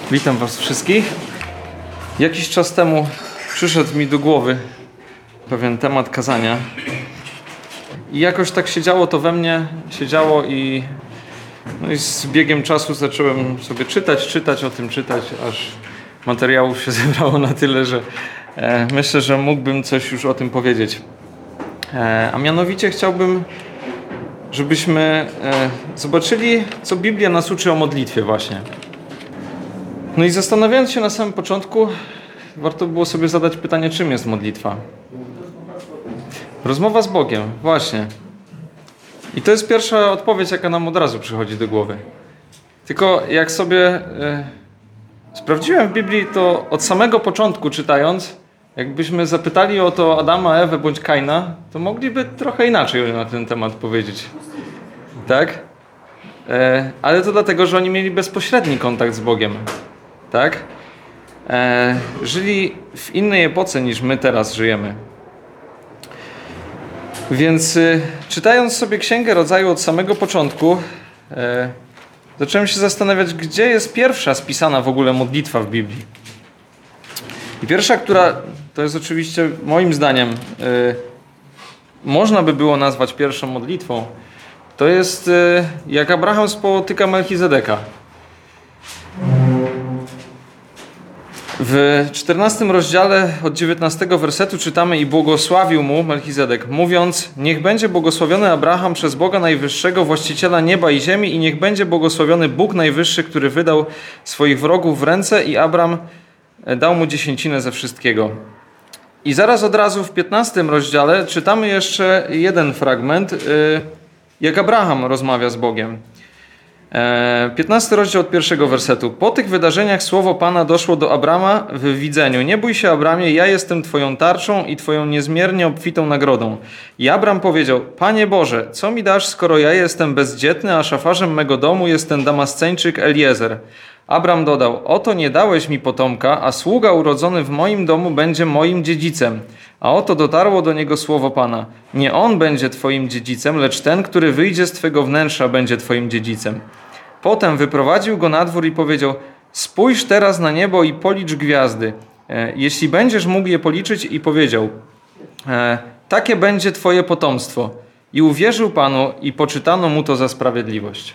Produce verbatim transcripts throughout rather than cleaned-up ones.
Witam Was wszystkich. Jakiś czas temu przyszedł mi do głowy pewien temat kazania i jakoś tak siedziało to we mnie, siedziało i, no i z biegiem czasu zacząłem sobie czytać, czytać o tym, czytać, aż materiałów się zebrało na tyle, że e, myślę, że mógłbym coś już o tym powiedzieć. E, a mianowicie chciałbym, żebyśmy e, zobaczyli, co Biblia nas uczy o modlitwie właśnie. No i zastanawiając się na samym początku, warto było sobie zadać pytanie, czym jest modlitwa? Rozmowa z Bogiem, właśnie. I to jest pierwsza odpowiedź, jaka nam od razu przychodzi do głowy. Tylko jak sobie e, sprawdziłem w Biblii, to od samego początku czytając, jakbyśmy zapytali o to Adama, Ewę bądź Kaina, to mogliby trochę inaczej na ten temat powiedzieć. Tak? E, ale to dlatego, że oni mieli bezpośredni kontakt z Bogiem. Tak? E, żyli w innej epoce niż my teraz żyjemy. Więc y, czytając sobie Księgę Rodzaju od samego początku, e, zacząłem się zastanawiać, gdzie jest pierwsza spisana w ogóle modlitwa w Biblii. I pierwsza, która to jest oczywiście moim zdaniem y, można by było nazwać pierwszą modlitwą, to jest y, jak Abraham spotyka Melchizedeka. W czternastym rozdziale od dziewiętnastego wersetu czytamy: i błogosławił mu Melchizedek, mówiąc: niech będzie błogosławiony Abraham przez Boga Najwyższego, właściciela nieba i ziemi, i niech będzie błogosławiony Bóg Najwyższy, który wydał swoich wrogów w ręce, i Abram dał mu dziesięcinę ze wszystkiego. I zaraz od razu w piętnastym rozdziale czytamy jeszcze jeden fragment, jak Abraham rozmawia z Bogiem. piętnasty rozdział od pierwszego wersetu. Po tych wydarzeniach słowo Pana doszło do Abrama w widzeniu. Nie bój się, Abramie, ja jestem twoją tarczą i twoją niezmiernie obfitą nagrodą. I Abram powiedział: Panie Boże, co mi dasz, skoro ja jestem bezdzietny, a szafarzem mego domu jest ten Damasceńczyk Eliezer? Abram dodał: oto nie dałeś mi potomka, a sługa urodzony w moim domu będzie moim dziedzicem. A oto dotarło do niego słowo Pana: nie on będzie twoim dziedzicem, lecz ten, który wyjdzie z twego wnętrza, będzie twoim dziedzicem. Potem wyprowadził go na dwór i powiedział: spójrz teraz na niebo i policz gwiazdy, e, jeśli będziesz mógł je policzyć. I powiedział: e, takie będzie twoje potomstwo. I uwierzył Panu i poczytano mu to za sprawiedliwość.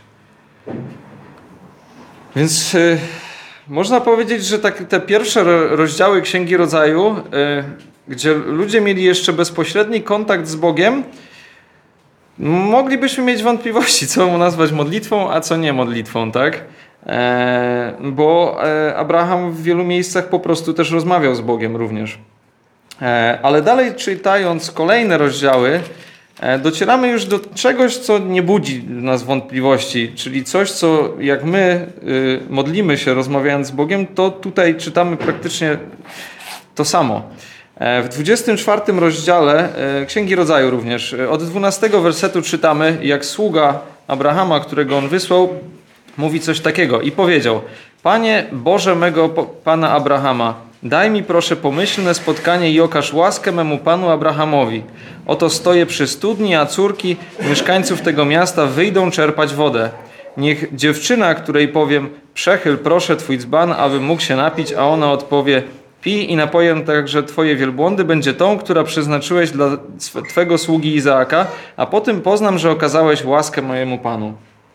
Więc e, można powiedzieć, że tak, te pierwsze rozdziały Księgi Rodzaju, e, gdzie ludzie mieli jeszcze bezpośredni kontakt z Bogiem, moglibyśmy mieć wątpliwości, co mu nazwać modlitwą, a co nie modlitwą, tak? E, bo e, Abraham w wielu miejscach po prostu też rozmawiał z Bogiem również. E, ale dalej czytając kolejne rozdziały, e, docieramy już do czegoś, co nie budzi w nas wątpliwości, czyli coś, co jak my y, modlimy się rozmawiając z Bogiem, to tutaj czytamy praktycznie to samo. W dwudziestym czwartym rozdziale Księgi Rodzaju również od dwunastego wersetu czytamy, jak sługa Abrahama, którego on wysłał, mówi coś takiego i powiedział: Panie Boże mego Pana Abrahama, daj mi proszę pomyślne spotkanie i okaż łaskę memu Panu Abrahamowi. Oto stoję przy studni, a córki mieszkańców tego miasta wyjdą czerpać wodę. Niech dziewczyna, której powiem: przechyl proszę twój dzban, aby mógł się napić, a ona odpowie: pij i napoję także twoje wielbłądy, będzie tą, która przeznaczyłeś dla twego sługi Izaaka, a potem poznam, że okazałeś łaskę mojemu Panu.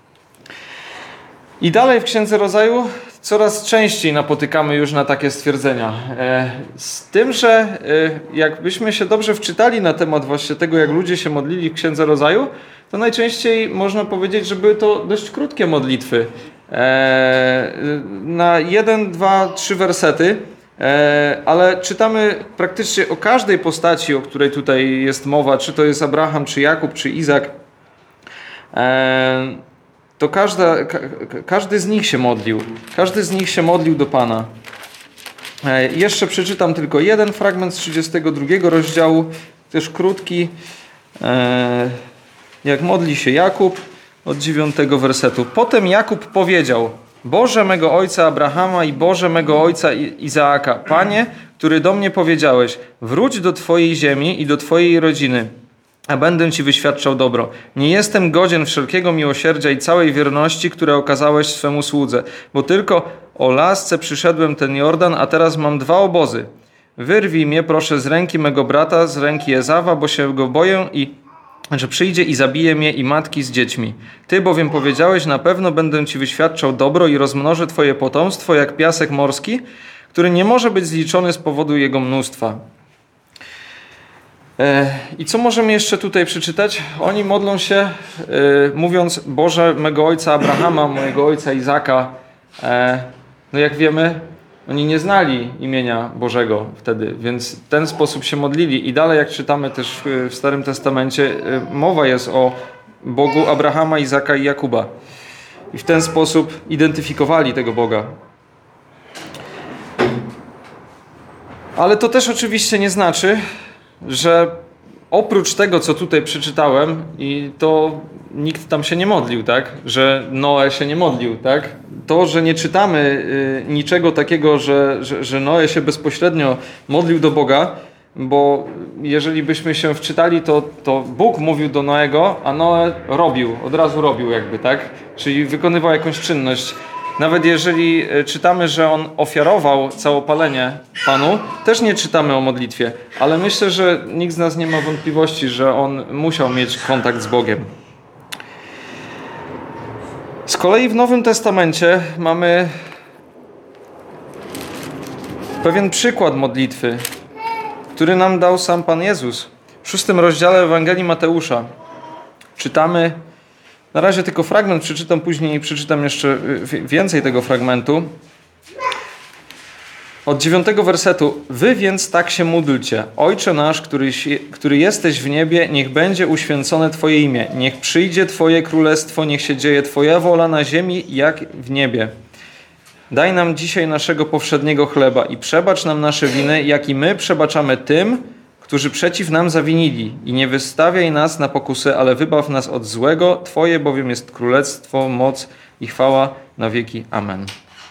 I dalej w Księdze Rodzaju coraz częściej napotykamy już na takie stwierdzenia. Z tym, że jakbyśmy się dobrze wczytali na temat właśnie tego, jak ludzie się modlili w Księdze Rodzaju, to najczęściej można powiedzieć, że były to dość krótkie modlitwy. Na jeden, dwa, trzy wersety. Ale czytamy praktycznie o każdej postaci, o której tutaj jest mowa, czy to jest Abraham, czy Jakub, czy Izak, to każda, ka, każdy z nich się modlił. Każdy z nich się modlił do Pana. Jeszcze przeczytam tylko jeden fragment z trzydziestego drugiego rozdziału, też krótki, jak modli się Jakub od dziewiątego wersetu. Potem Jakub powiedział: Boże mego ojca Abrahama i Boże mego ojca Izaaka, Panie, który do mnie powiedziałeś: wróć do Twojej ziemi i do Twojej rodziny, a będę Ci wyświadczał dobro. Nie jestem godzien wszelkiego miłosierdzia i całej wierności, które okazałeś swemu słudze, bo tylko O lasce przyszedłem ten Jordan, a teraz mam dwa obozy. Wyrwij mnie proszę z ręki mego brata, z ręki Ezawa, bo się go boję i że przyjdzie i zabije mnie i matki z dziećmi. Ty bowiem powiedziałeś, na pewno będę ci wyświadczał dobro i rozmnożę twoje potomstwo jak piasek morski, który nie może być zliczony z powodu jego mnóstwa. I co możemy jeszcze tutaj przeczytać? Oni modlą się, mówiąc: Boże mego ojca Abrahama, mojego ojca Izaka. No jak wiemy, oni nie znali imienia Bożego wtedy, więc w ten sposób się modlili. I dalej, jak czytamy też w Starym Testamencie, mowa jest o Bogu Abrahama, Izaka i Jakuba. I w ten sposób identyfikowali tego Boga. Ale to też oczywiście nie znaczy, że oprócz tego, co tutaj przeczytałem, i to nikt tam się nie modlił, tak? Że Noe się nie modlił, tak? To, że nie czytamy y, niczego takiego, że, że, że Noe się bezpośrednio modlił do Boga, bo jeżeli byśmy się wczytali, to, to Bóg mówił do Noego, a Noe robił, od razu robił jakby, tak? Czyli wykonywał jakąś czynność. Nawet jeżeli czytamy, że on ofiarował całopalenie Panu, też nie czytamy o modlitwie, ale myślę, że nikt z nas nie ma wątpliwości, że on musiał mieć kontakt z Bogiem. Z kolei w Nowym Testamencie mamy pewien przykład modlitwy, który nam dał sam Pan Jezus. W szóstym rozdziale Ewangelii Mateusza czytamy, na razie tylko fragment przeczytam, później przeczytam jeszcze więcej tego fragmentu. Od dziewiątego wersetu. Wy więc tak się módlcie. Ojcze nasz, który, który jesteś w niebie, niech będzie uświęcone Twoje imię. Niech przyjdzie Twoje królestwo, niech się dzieje Twoja wola na ziemi, jak w niebie. Daj nam dzisiaj naszego powszedniego chleba i przebacz nam nasze winy, jak i my przebaczamy tym, którzy przeciw nam zawinili. I nie wystawiaj nas na pokusę, ale wybaw nas od złego. Twoje bowiem jest królestwo, moc i chwała na wieki. Amen.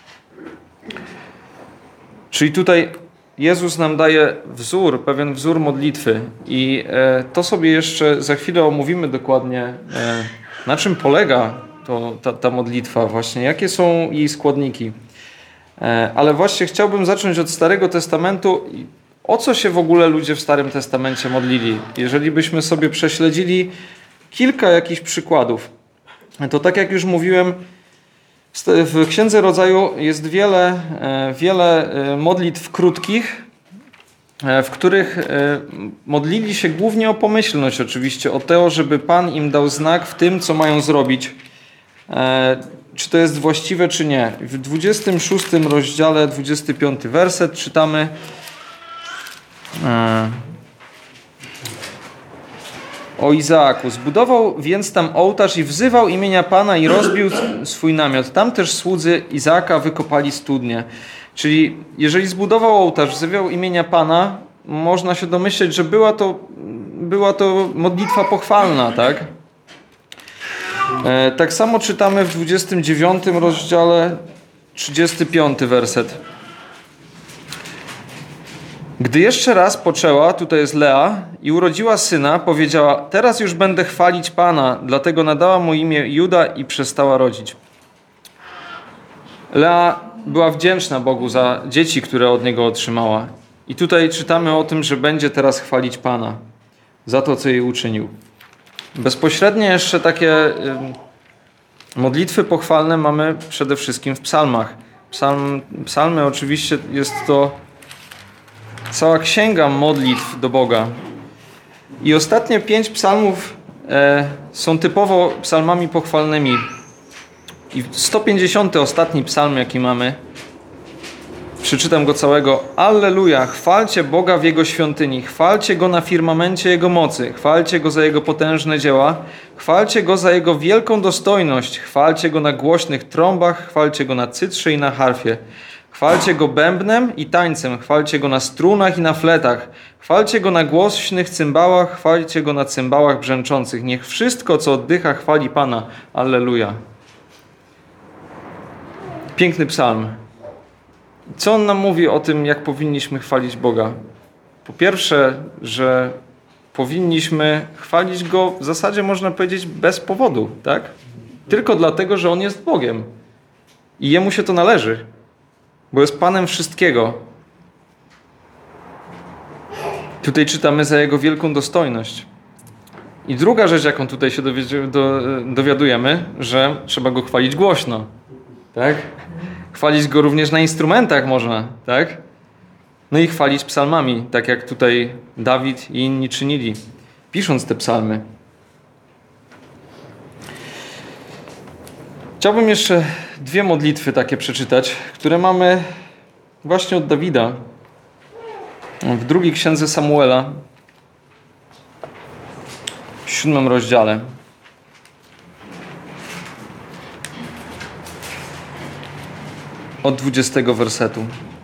Czyli tutaj Jezus nam daje wzór, pewien wzór modlitwy. I to sobie jeszcze za chwilę omówimy dokładnie, na czym polega to, ta, ta modlitwa właśnie, jakie są jej składniki. Ale właśnie chciałbym zacząć od Starego Testamentu. O co się w ogóle ludzie w Starym Testamencie modlili? Jeżeli byśmy sobie prześledzili kilka jakichś przykładów, to tak jak już mówiłem, w Księdze Rodzaju jest wiele, wiele modlitw krótkich, w których modlili się głównie o pomyślność oczywiście, o to, żeby Pan im dał znak w tym, co mają zrobić. Czy to jest właściwe, czy nie. W dwudziestym szóstym rozdziale, dwudziesty piąty werset czytamy: o Izaaku. Zbudował więc tam ołtarz i wzywał imienia Pana i rozbił swój namiot. Tam też słudzy Izaaka wykopali studnię. Czyli jeżeli zbudował ołtarz, wzywał imienia Pana, można się domyśleć, że była to, była to modlitwa pochwalna, tak? E, tak samo czytamy w dwudziestym dziewiątym rozdziale, trzydziesty piąty werset. Gdy jeszcze raz poczęła, tutaj jest Lea, i urodziła syna, powiedziała: teraz już będę chwalić Pana, dlatego nadała mu imię Juda i przestała rodzić. Lea była wdzięczna Bogu za dzieci, które od niego otrzymała. I tutaj czytamy o tym, że będzie teraz chwalić Pana za to, co jej uczynił. Bezpośrednie jeszcze takie y, modlitwy pochwalne mamy przede wszystkim w psalmach. Psalm, psalmy oczywiście jest to cała księga modlitw do Boga. I ostatnie pięć psalmów e, są typowo psalmami pochwalnymi. I sto pięćdziesiąty ostatni psalm, jaki mamy, przeczytam go całego. Alleluja, chwalcie Boga w Jego świątyni, chwalcie Go na firmamencie Jego mocy, chwalcie Go za Jego potężne dzieła, chwalcie Go za Jego wielką dostojność, chwalcie Go na głośnych trąbach, chwalcie Go na cytrze i na harfie. Chwalcie Go bębnem i tańcem, chwalcie Go na strunach i na fletach, chwalcie Go na głośnych cymbałach, chwalcie Go na cymbałach brzęczących. Niech wszystko, co oddycha, chwali Pana. Alleluja. Piękny psalm. Co on nam mówi o tym, jak powinniśmy chwalić Boga? Po pierwsze, że powinniśmy chwalić Go w zasadzie, można powiedzieć, bez powodu, tak? Tylko dlatego, że On jest Bogiem. I Jemu się to należy. bo jest Panem wszystkiego. Tutaj czytamy za Jego wielką dostojność. I druga rzecz, jaką tutaj się dowiadujemy, że trzeba Go chwalić głośno. Tak? Chwalić Go również na instrumentach można, tak? No i chwalić psalmami, tak jak tutaj Dawid i inni czynili, pisząc te psalmy. Chciałbym jeszcze dwie modlitwy takie przeczytać, które mamy właśnie od Dawida w drugiej księdze Samuela, w siódmym rozdziale. Od dwudziestego wersetu.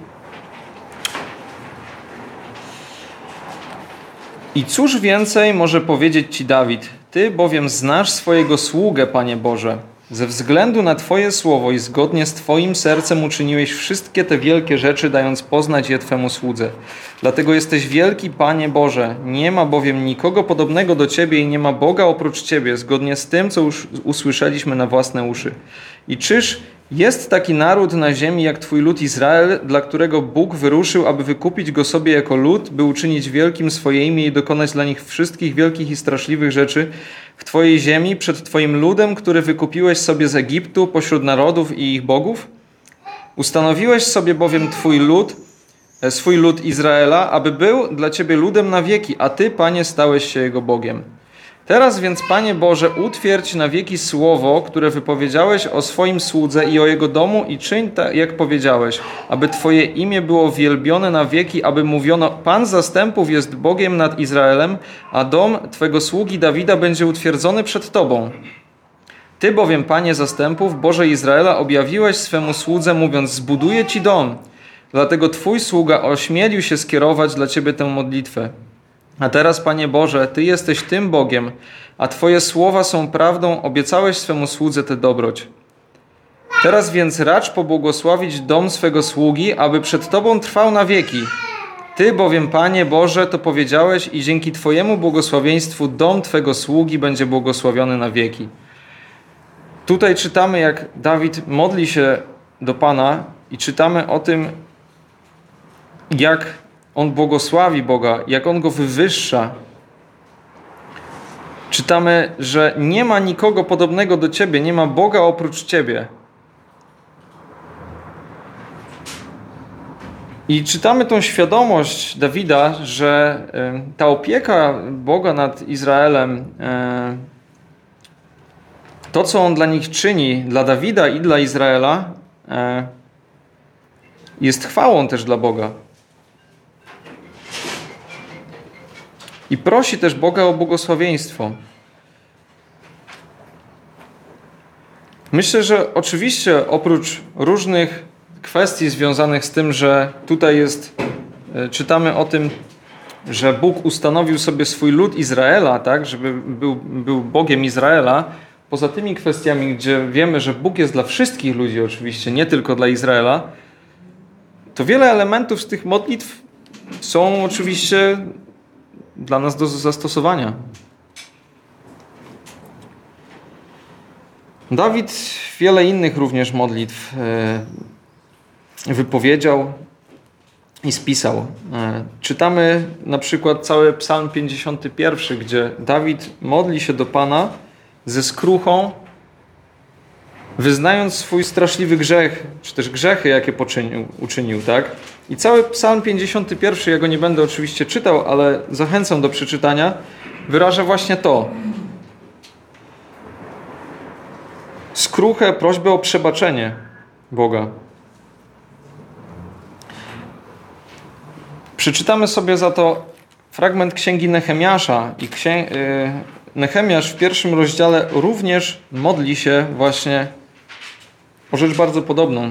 I cóż więcej może powiedzieć Ci Dawid? Ty bowiem znasz swojego sługę, Panie Boże. Ze względu na Twoje słowo i zgodnie z Twoim sercem uczyniłeś wszystkie te wielkie rzeczy, dając poznać je Twemu słudze. Dlatego jesteś wielki, Panie Boże. Nie ma bowiem nikogo podobnego do Ciebie i nie ma Boga oprócz Ciebie, zgodnie z tym, co już usłyszeliśmy na własne uszy. I czyż jest taki naród na ziemi jak Twój lud Izrael, dla którego Bóg wyruszył, aby wykupić go sobie jako lud, by uczynić wielkim swoje imię i dokonać dla nich wszystkich wielkich i straszliwych rzeczy w Twojej ziemi, przed Twoim ludem, który wykupiłeś sobie z Egiptu pośród narodów i ich bogów? Ustanowiłeś sobie bowiem Twój lud, swój lud Izraela, aby był dla Ciebie ludem na wieki, a Ty, Panie, stałeś się Jego Bogiem. Teraz więc, Panie Boże, utwierdź na wieki słowo, które wypowiedziałeś o swoim słudze i o jego domu i czyń tak, jak powiedziałeś, aby Twoje imię było wielbione na wieki, aby mówiono, Pan zastępów jest Bogiem nad Izraelem, a dom Twego sługi Dawida będzie utwierdzony przed Tobą. Ty bowiem, Panie zastępów, Boże Izraela, objawiłeś swemu słudze, mówiąc, zbuduję Ci dom. Dlatego Twój sługa ośmielił się skierować dla Ciebie tę modlitwę. A teraz, Panie Boże, Ty jesteś tym Bogiem, a Twoje słowa są prawdą, obiecałeś swemu słudze tę dobroć. Teraz więc racz pobłogosławić dom swego sługi, aby przed Tobą trwał na wieki. Ty bowiem, Panie Boże, to powiedziałeś i dzięki Twojemu błogosławieństwu dom Twego sługi będzie błogosławiony na wieki. Tutaj czytamy, jak Dawid modli się do Pana i czytamy o tym, jak on błogosławi Boga, jak On Go wywyższa. Czytamy, że nie ma nikogo podobnego do Ciebie, nie ma Boga oprócz Ciebie. I czytamy tą świadomość Dawida, że ta opieka Boga nad Izraelem, to co On dla nich czyni, dla Dawida i dla Izraela, jest chwałą też dla Boga. I prosi też Boga o błogosławieństwo. Myślę, że oczywiście oprócz różnych kwestii związanych z tym, że tutaj jest, czytamy o tym, że Bóg ustanowił sobie swój lud Izraela, tak, żeby był, był Bogiem Izraela, poza tymi kwestiami, gdzie wiemy, że Bóg jest dla wszystkich ludzi oczywiście, nie tylko dla Izraela, to wiele elementów z tych modlitw są oczywiście dla nas do zastosowania. Dawid wiele innych również modlitw wypowiedział i spisał. Czytamy na przykład cały Psalm pięćdziesiąty pierwszy, gdzie Dawid modli się do Pana ze skruchą, wyznając swój straszliwy grzech, czy też grzechy, jakie poczynił, uczynił, tak? I cały Psalm pięćdziesiąty pierwszy, ja go nie będę oczywiście czytał, ale zachęcam do przeczytania, wyraża właśnie to. Skruchę, prośbę o przebaczenie Boga. Przeczytamy sobie za to fragment Księgi Nehemiasza i księ... yy, Nehemiasz w pierwszym rozdziale również modli się właśnie o rzecz bardzo podobną.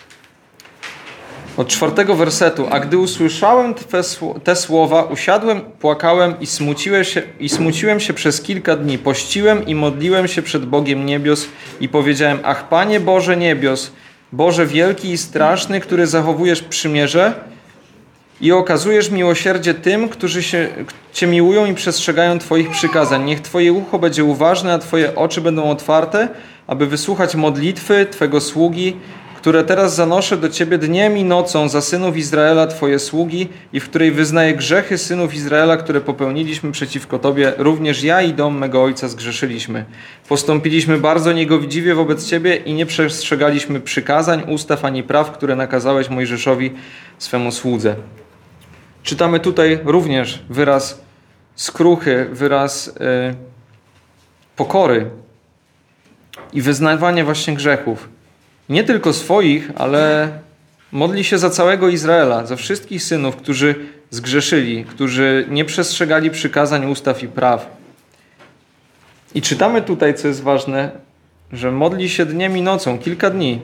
Od czwartego wersetu. A gdy usłyszałem te, te słowa, usiadłem, płakałem i smuciłem, się, i smuciłem się przez kilka dni. Pościłem i modliłem się przed Bogiem niebios i powiedziałem, ach Panie Boże niebios, Boże wielki i straszny, który zachowujesz przymierze i okazujesz miłosierdzie tym, którzy się, Cię miłują i przestrzegają Twoich przykazań. Niech Twoje ucho będzie uważne, a Twoje oczy będą otwarte, aby wysłuchać modlitwy Twego sługi, które teraz zanoszę do Ciebie dniem i nocą za synów Izraela, Twoje sługi, i w której wyznaję grzechy synów Izraela, które popełniliśmy przeciwko Tobie, również ja i dom mego ojca zgrzeszyliśmy. Postąpiliśmy bardzo niegodziwie wobec Ciebie i nie przestrzegaliśmy przykazań, ustaw ani praw, które nakazałeś Mojżeszowi, swemu słudze. Czytamy tutaj również wyraz skruchy, wyraz yy, pokory i wyznawanie właśnie grzechów. Nie tylko swoich, ale modli się za całego Izraela, za wszystkich synów, którzy zgrzeszyli, którzy nie przestrzegali przykazań, ustaw i praw. I czytamy tutaj, co jest ważne, że modli się dniem i nocą, kilka dni.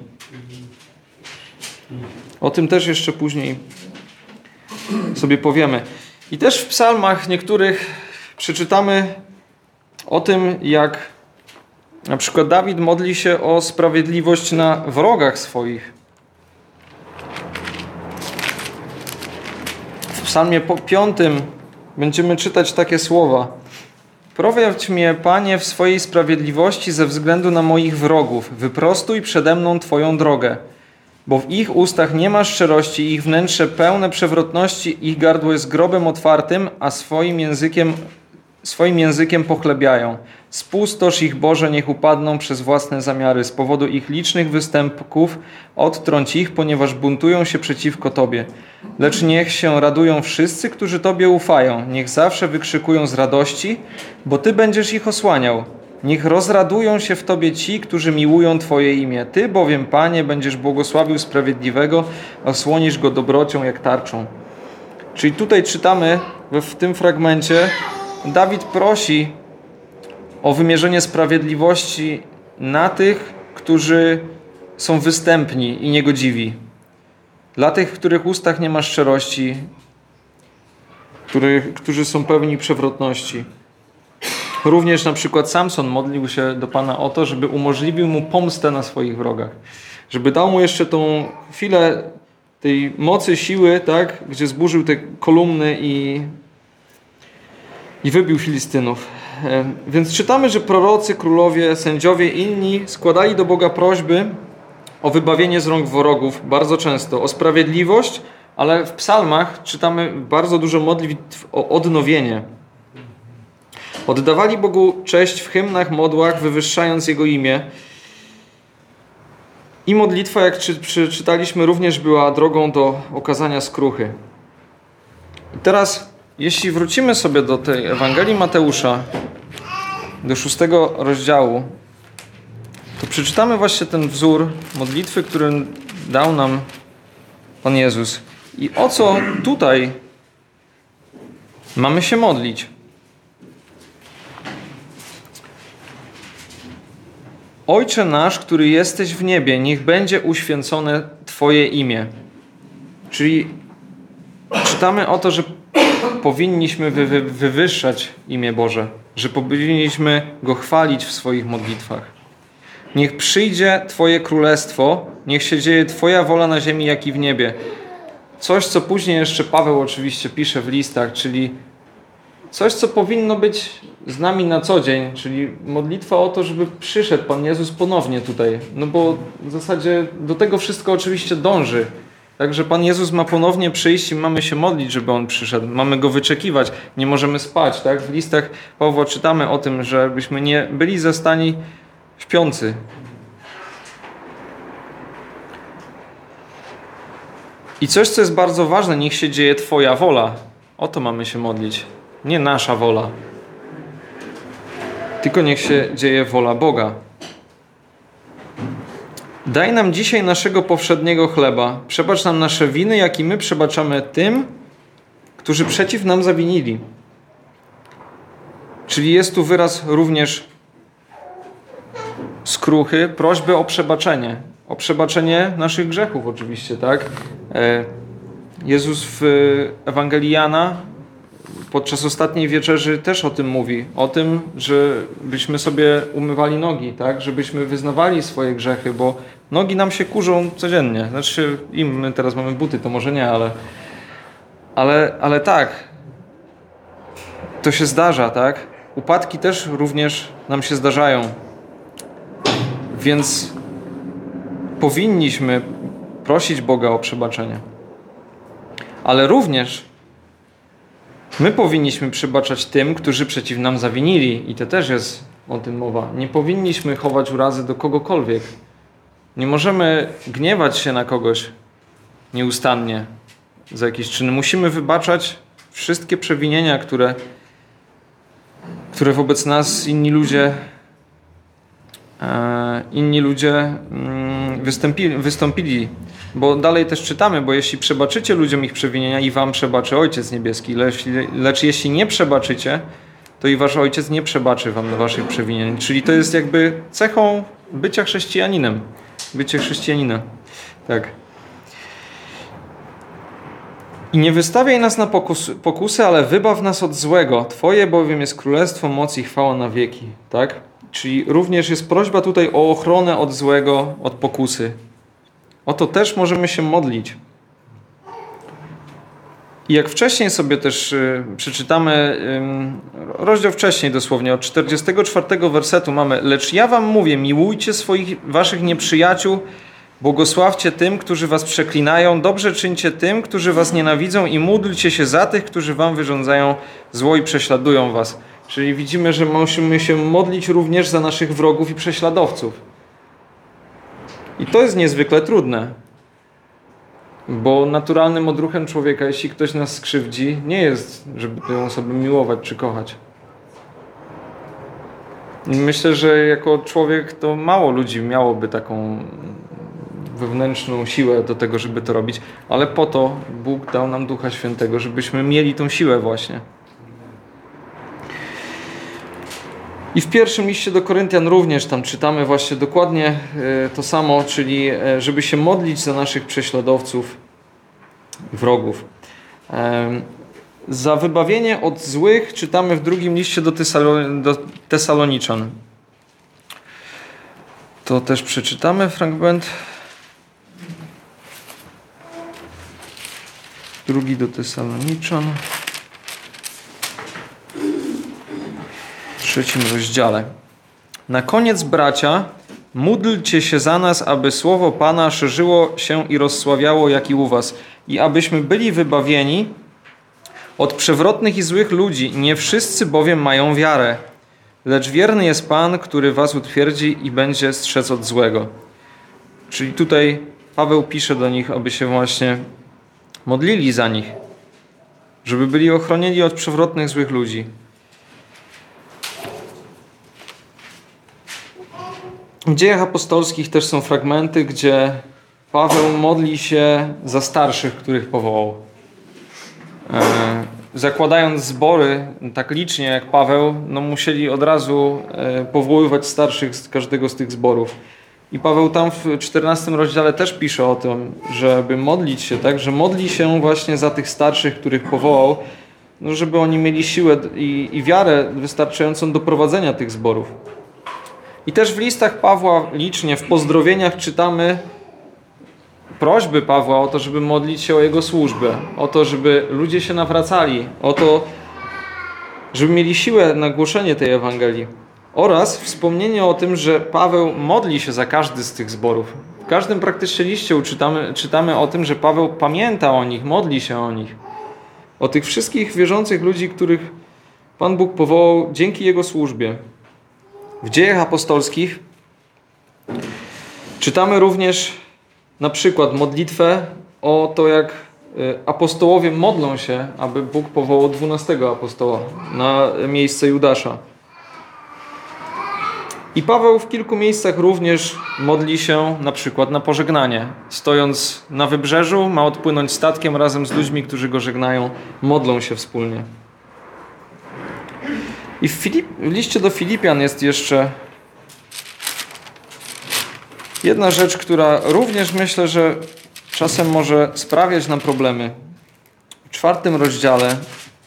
O tym też jeszcze później sobie powiemy. I też w psalmach niektórych przeczytamy o tym, jak na przykład Dawid modli się o sprawiedliwość na wrogach swoich. W psalmie piątym będziemy czytać takie słowa. Prowadź mnie, Panie, w swojej sprawiedliwości ze względu na moich wrogów. Wyprostuj przede mną Twoją drogę. Bo w ich ustach nie ma szczerości, ich wnętrze pełne przewrotności, ich gardło jest grobem otwartym, a swoim językiem, swoim językiem pochlebiają. Spustosz ich, Boże, niech upadną przez własne zamiary. Z powodu ich licznych występków odtrąć ich, ponieważ buntują się przeciwko Tobie. Lecz niech się radują wszyscy, którzy Tobie ufają. Niech zawsze wykrzykują z radości, bo Ty będziesz ich osłaniał. Niech rozradują się w Tobie ci, którzy miłują Twoje imię. Ty bowiem, Panie, będziesz błogosławił sprawiedliwego, osłonisz go dobrocią jak tarczą. Czyli tutaj czytamy w tym fragmencie, Dawid prosi o wymierzenie sprawiedliwości na tych, którzy są występni i niegodziwi. Dla tych, w których ustach nie ma szczerości, których, którzy są pełni przewrotności. Również na przykład Samson modlił się do Pana o to, żeby umożliwił mu pomstę na swoich wrogach. Żeby dał mu jeszcze tą chwilę tej mocy, siły, tak, gdzie zburzył te kolumny i, i wybił Filistynów. Więc czytamy, że prorocy, królowie, sędziowie, inni składali do Boga prośby o wybawienie z rąk wrogów bardzo często, o sprawiedliwość, ale w psalmach czytamy bardzo dużo modlitw o odnowienie. Oddawali Bogu cześć w hymnach, modłach, wywyższając Jego imię. I modlitwa, jak przeczytaliśmy, również była drogą do okazania skruchy. I teraz, jeśli wrócimy sobie do tej Ewangelii Mateusza, do szóstego rozdziału, to przeczytamy właśnie ten wzór modlitwy, który dał nam Pan Jezus. I o co tutaj mamy się modlić? Ojcze nasz, który jesteś w niebie, niech będzie uświęcone Twoje imię. Czyli czytamy o to, że powinniśmy wy, wy, wywyższać imię Boże, że powinniśmy Go chwalić w swoich modlitwach. Niech przyjdzie Twoje królestwo, niech się dzieje Twoja wola na ziemi, jak i w niebie. Coś, co później jeszcze Paweł oczywiście pisze w listach, czyli coś, co powinno być z nami na co dzień, czyli modlitwa o to, żeby przyszedł Pan Jezus ponownie tutaj. No bo w zasadzie do tego wszystko oczywiście dąży. Także Pan Jezus ma ponownie przyjść i mamy się modlić, żeby On przyszedł. Mamy Go wyczekiwać. Nie możemy spać, tak? W listach Pawła czytamy o tym, żebyśmy nie byli zastani śpiący. I coś, co jest bardzo ważne, niech się dzieje Twoja wola. O to mamy się modlić. Nie nasza wola. Tylko niech się dzieje wola Boga. Daj nam dzisiaj naszego powszedniego chleba. Przebacz nam nasze winy, jak i my przebaczamy tym, którzy przeciw nam zawinili. Czyli jest tu wyraz również skruchy, prośby o przebaczenie. O przebaczenie naszych grzechów oczywiście, tak? Jezus w Ewangelii Jana podczas ostatniej wieczerzy też o tym mówi. O tym, żebyśmy sobie umywali nogi, tak? Żebyśmy wyznawali swoje grzechy, bo nogi nam się kurzą codziennie. Znaczy im, my teraz mamy buty, to może nie, ale ale, ale tak. To się zdarza, tak? Upadki też również nam się zdarzają. Więc powinniśmy prosić Boga o przebaczenie. Ale również my powinniśmy przebaczać tym, którzy przeciw nam zawinili. I to też jest o tym mowa. Nie powinniśmy chować urazy do kogokolwiek. Nie możemy gniewać się na kogoś nieustannie za jakieś czyny. Musimy wybaczać wszystkie przewinienia, które, które wobec nas inni ludzie e, inni ludzie mm, wystąpili, wystąpili. Bo dalej też czytamy, bo jeśli przebaczycie ludziom ich przewinienia i wam przebaczy Ojciec Niebieski, lecz, lecz jeśli nie przebaczycie, to i wasz Ojciec nie przebaczy wam waszych przewinień. Czyli to jest jakby cechą bycia chrześcijaninem. Bycie chrześcijanina. Tak. I nie wystawiaj nas na pokusy, pokusy, ale wybaw nas od złego. Twoje bowiem jest królestwo, moc i chwała na wieki. Tak? Czyli również jest prośba tutaj o ochronę od złego, od pokusy. O to też możemy się modlić. I jak wcześniej sobie też y, przeczytamy, y, rozdział wcześniej dosłownie, od czterdziestego czwartego wersetu mamy: lecz ja wam mówię, miłujcie swoich, waszych nieprzyjaciół, błogosławcie tym, którzy was przeklinają, dobrze czyńcie tym, którzy was nienawidzą i módlcie się za tych, którzy wam wyrządzają zło i prześladują was. Czyli widzimy, że musimy się modlić również za naszych wrogów i prześladowców. I to jest niezwykle trudne. Bo naturalnym odruchem człowieka, jeśli ktoś nas skrzywdzi, nie jest, żeby tę osobę miłować czy kochać. I myślę, że jako człowiek to mało ludzi miałoby taką wewnętrzną siłę do tego, żeby to robić, ale po to Bóg dał nam Ducha Świętego, żebyśmy mieli tą siłę właśnie. I w pierwszym liście do Koryntian również tam czytamy właśnie dokładnie to samo, czyli żeby się modlić za naszych prześladowców, wrogów. Za wybawienie od złych czytamy w drugim liście do, Tesalo- do Tesaloniczan. To też przeczytamy fragment. Drugi do Tesaloniczan. W trzecim rozdziale. Na koniec, bracia, módlcie się za nas, aby słowo Pana szerzyło się i rozsławiało, jak i u was, i abyśmy byli wybawieni od przewrotnych i złych ludzi. Nie wszyscy bowiem mają wiarę, lecz wierny jest Pan, który was utwierdzi i będzie strzec od złego. Czyli tutaj Paweł pisze do nich, aby się właśnie modlili za nich, żeby byli ochronieni od przewrotnych, złych ludzi. W Dziejach Apostolskich też są fragmenty, gdzie Paweł modli się za starszych, których powołał. Zakładając zbory tak licznie jak Paweł, no musieli od razu powoływać starszych z każdego z tych zborów. I Paweł tam w czternastym rozdziale też pisze o tym, żeby modlić się, tak, że modli się właśnie za tych starszych, których powołał, no żeby oni mieli siłę i, i wiarę wystarczającą do prowadzenia tych zborów. I też w listach Pawła licznie, w pozdrowieniach czytamy prośby Pawła o to, żeby modlić się o jego służbę, o to, żeby ludzie się nawracali, o to, żeby mieli siłę na głoszenie tej Ewangelii. Oraz wspomnienie o tym, że Paweł modli się za każdy z tych zborów. W każdym praktycznie liście czytamy, czytamy o tym, że Paweł pamięta o nich, modli się o nich. O tych wszystkich wierzących ludzi, których Pan Bóg powołał dzięki jego służbie. W Dziejach Apostolskich czytamy również na przykład modlitwę o to, jak apostołowie modlą się, aby Bóg powołał dwunastego apostoła na miejsce Judasza. I Paweł w kilku miejscach również modli się na przykład na pożegnanie. Stojąc na wybrzeżu, ma odpłynąć statkiem razem z ludźmi, którzy go żegnają, modlą się wspólnie. I w, Filip, w liście do Filipian jest jeszcze jedna rzecz, która również myślę, że czasem może sprawiać nam problemy. W czwartym rozdziale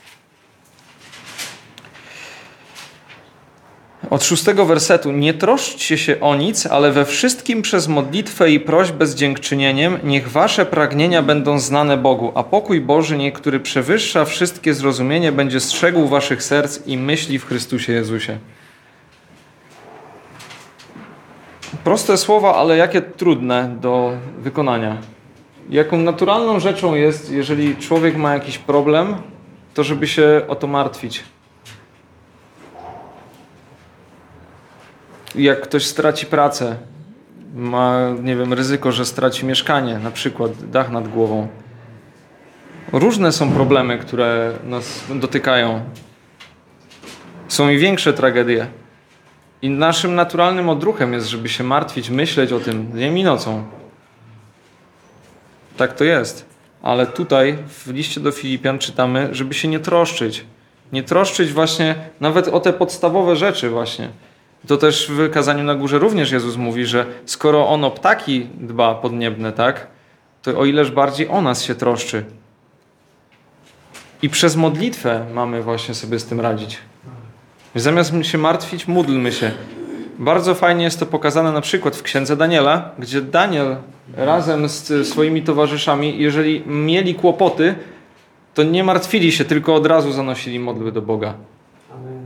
od szóstego wersetu: nie troszczcie się o nic, ale we wszystkim przez modlitwę i prośbę z dziękczynieniem niech wasze pragnienia będą znane Bogu, a pokój Boży, nie, który przewyższa wszystkie zrozumienie, będzie strzegł waszych serc i myśli w Chrystusie Jezusie. Proste słowa, ale jakie trudne do wykonania. Jaką naturalną rzeczą jest, jeżeli człowiek ma jakiś problem, to żeby się o to martwić. Jak ktoś straci pracę, ma, nie wiem, ryzyko, że straci mieszkanie, na przykład dach nad głową. Różne są problemy, które nas dotykają. Są i większe tragedie. I naszym naturalnym odruchem jest, żeby się martwić, myśleć o tym dniem i nocą. Tak to jest. Ale tutaj w liście do Filipian czytamy, żeby się nie troszczyć. Nie troszczyć właśnie nawet o te podstawowe rzeczy właśnie. To też w Kazaniu na Górze również Jezus mówi, że skoro On o ptaki dba podniebne, tak, to o ileż bardziej o nas się troszczy. I przez modlitwę mamy właśnie sobie z tym radzić. Zamiast się martwić, módlmy się. Bardzo fajnie jest to pokazane na przykład w Księdze Daniela, gdzie Daniel razem z swoimi towarzyszami, jeżeli mieli kłopoty, to nie martwili się, tylko od razu zanosili modły do Boga. Amen.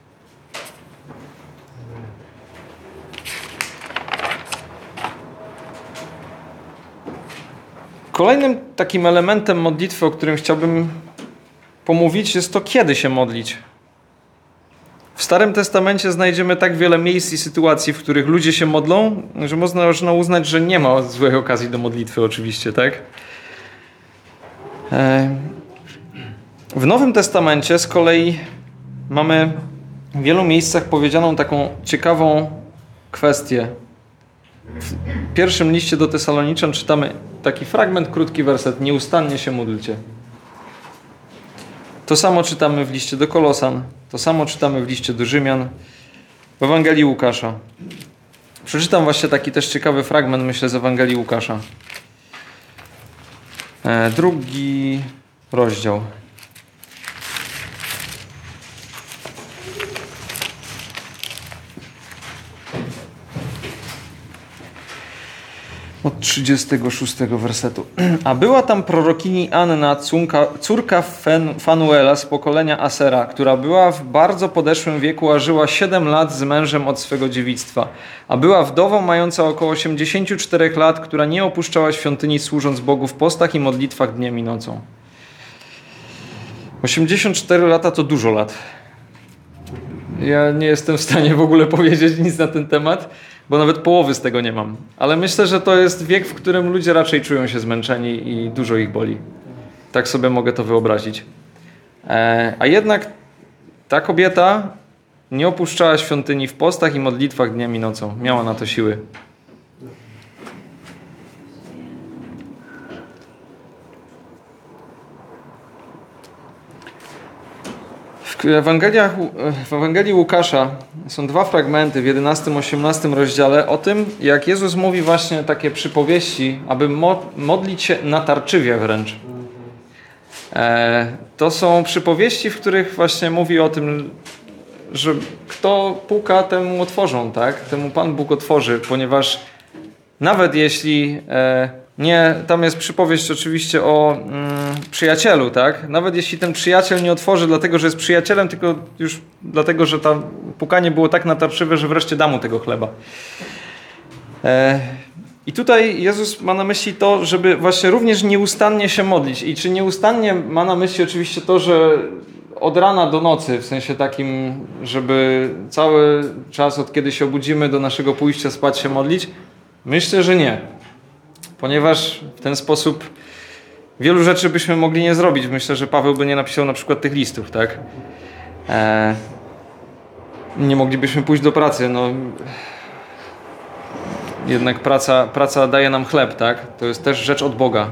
Kolejnym takim elementem modlitwy, o którym chciałbym pomówić, jest to, kiedy się modlić. W Starym Testamencie znajdziemy tak wiele miejsc i sytuacji, w których ludzie się modlą, że można uznać, że nie ma złej okazji do modlitwy oczywiście, tak? W Nowym Testamencie z kolei mamy w wielu miejscach powiedzianą taką ciekawą kwestię. W pierwszym liście do Tesaloniczan czytamy taki fragment, krótki werset. Nieustannie się módlcie. To samo czytamy w liście do Kolosan. To samo czytamy w liście do Rzymian. W Ewangelii Łukasza. Przeczytam właśnie taki też ciekawy fragment, myślę, z Ewangelii Łukasza. E, drugi rozdział. Od trzydziestego szóstego wersetu. A była tam prorokini Anna, córka, córka Fen, Fanuela z pokolenia Asera, która była w bardzo podeszłym wieku, a żyła siedem lat z mężem od swego dziewictwa. A była wdową mająca około osiemdziesiąt cztery lat, która nie opuszczała świątyni, służąc Bogu w postach i modlitwach dniem i nocą. osiemdziesiąt cztery lata to dużo lat. Ja nie jestem w stanie w ogóle powiedzieć nic na ten temat, bo nawet połowy z tego nie mam. Ale myślę, że to jest wiek, w którym ludzie raczej czują się zmęczeni i dużo ich boli. Tak sobie mogę to wyobrazić. E, a jednak ta kobieta nie opuszczała świątyni w postach i modlitwach dniem i nocą. Miała na to siły. W, Ewangeliach, w Ewangelii Łukasza są dwa fragmenty w jedenastym, osiemnastym rozdziale o tym, jak Jezus mówi właśnie takie przypowieści, aby mo- modlić się natarczywie wręcz. E, to są przypowieści, w których właśnie mówi o tym, że kto puka, temu otworzą, tak? Temu Pan Bóg otworzy, ponieważ nawet jeśli... E, Nie, tam jest przypowieść oczywiście o mm, przyjacielu, tak? Nawet jeśli ten przyjaciel nie otworzy dlatego, że jest przyjacielem, tylko już dlatego, że tam pukanie było tak natarczywe, że wreszcie da mu tego chleba. E, I tutaj Jezus ma na myśli to, żeby właśnie również nieustannie się modlić. I czy nieustannie ma na myśli oczywiście to, że od rana do nocy, w sensie takim, żeby cały czas od kiedy się obudzimy do naszego pójścia spać się modlić? Myślę, że nie. Ponieważ w ten sposób wielu rzeczy byśmy mogli nie zrobić. Myślę, że Paweł by nie napisał na przykład tych listów, tak? E, nie moglibyśmy pójść do pracy. No, jednak praca, praca daje nam chleb, tak? To jest też rzecz od Boga.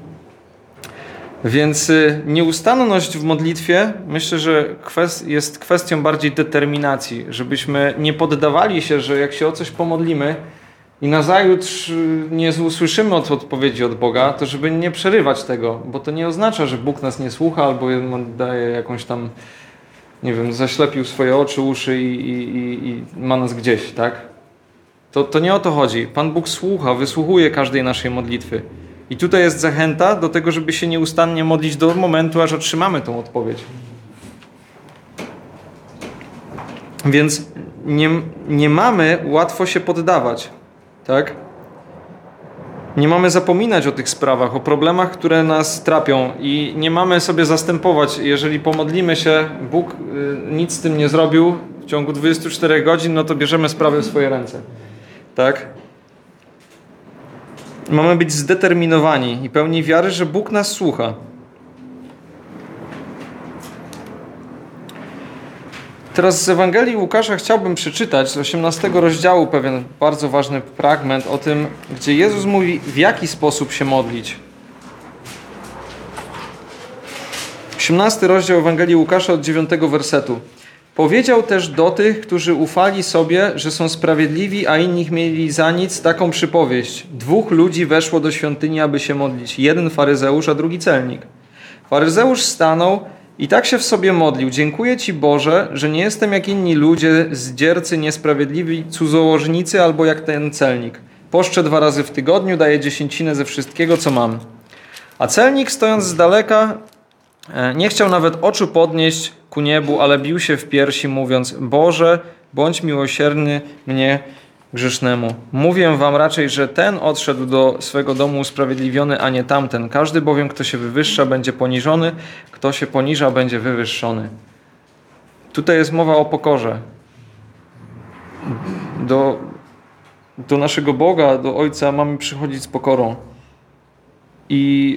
Więc nieustanność w modlitwie myślę, że kwest- jest kwestią bardziej determinacji. Żebyśmy nie poddawali się, że jak się o coś pomodlimy, i nazajutrz nie usłyszymy od odpowiedzi od Boga, to żeby nie przerywać tego, bo to nie oznacza, że Bóg nas nie słucha albo daje jakąś tam, nie wiem, zaślepił swoje oczy, uszy i, i, i ma nas gdzieś, tak? To, to nie o to chodzi. Pan Bóg słucha, wysłuchuje każdej naszej modlitwy. I tutaj jest zachęta do tego, żeby się nieustannie modlić do momentu, aż otrzymamy tą odpowiedź. Więc nie, nie mamy łatwo się poddawać. tak? Nie mamy zapominać o tych sprawach, o problemach, które nas trapią i nie mamy sobie zastępować. Jeżeli pomodlimy się, Bóg nic z tym nie zrobił w ciągu dwudziestu czterech godzin, no to bierzemy sprawę w swoje ręce, tak? Mamy być zdeterminowani i pełni wiary, że Bóg nas słucha. Teraz z Ewangelii Łukasza chciałbym przeczytać z osiemnastego rozdziału pewien bardzo ważny fragment o tym, gdzie Jezus mówi, w jaki sposób się modlić. osiemnasty rozdział Ewangelii Łukasza od dziewiątego wersetu. Powiedział też do tych, którzy ufali sobie, że są sprawiedliwi, a inni mieli za nic taką przypowieść. Dwóch ludzi weszło do świątyni, aby się modlić. Jeden faryzeusz, a drugi celnik. Faryzeusz stanął i tak się w sobie modlił. Dziękuję Ci, Boże, że nie jestem jak inni ludzie, zdziercy, niesprawiedliwi, cudzołożnicy albo jak ten celnik. Poszczę dwa razy w tygodniu, daję dziesięcinę ze wszystkiego, co mam. A celnik, stojąc z daleka, nie chciał nawet oczu podnieść ku niebu, ale bił się w piersi, mówiąc, Boże, bądź miłosierny mnie grzesznemu. Mówię wam raczej, że ten odszedł do swego domu usprawiedliwiony, a nie tamten. Każdy bowiem, kto się wywyższa, będzie poniżony, kto się poniża, będzie wywyższony. Tutaj jest mowa o pokorze. Do, do naszego Boga, do Ojca mamy przychodzić z pokorą. I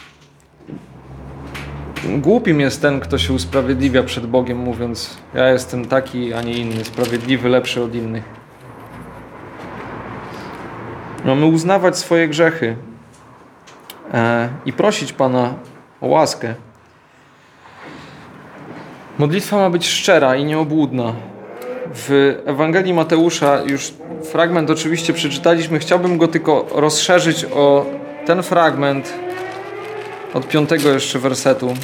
głupim jest ten, kto się usprawiedliwia przed Bogiem, mówiąc, ja jestem taki, a nie inny, sprawiedliwy, lepszy od innych. Mamy uznawać swoje grzechy e, i prosić Pana o łaskę. Modlitwa ma być szczera i nieobłudna. W Ewangelii Mateusza już fragment oczywiście przeczytaliśmy. Chciałbym go tylko rozszerzyć o ten fragment od piątego jeszcze wersetu.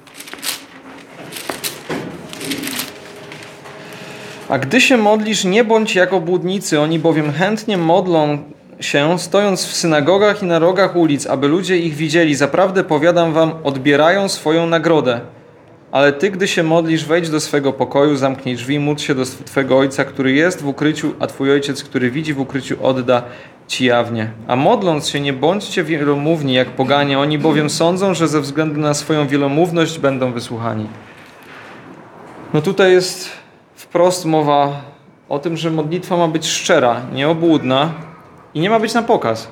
A gdy się modlisz, nie bądź jak obłudnicy, oni bowiem chętnie modlą się, stojąc w synagogach i na rogach ulic, aby ludzie ich widzieli. Zaprawdę powiadam wam, odbierają swoją nagrodę. Ale ty, gdy się modlisz, wejdź do swego pokoju, zamknij drzwi, módl się do twego Ojca, który jest w ukryciu, a twój Ojciec, który widzi w ukryciu, odda ci jawnie. A modląc się, nie bądźcie wielomówni jak poganie, oni bowiem sądzą, że ze względu na swoją wielomówność będą wysłuchani. No tutaj jest wprost mowa o tym, że modlitwa ma być szczera, nieobłudna i nie ma być na pokaz.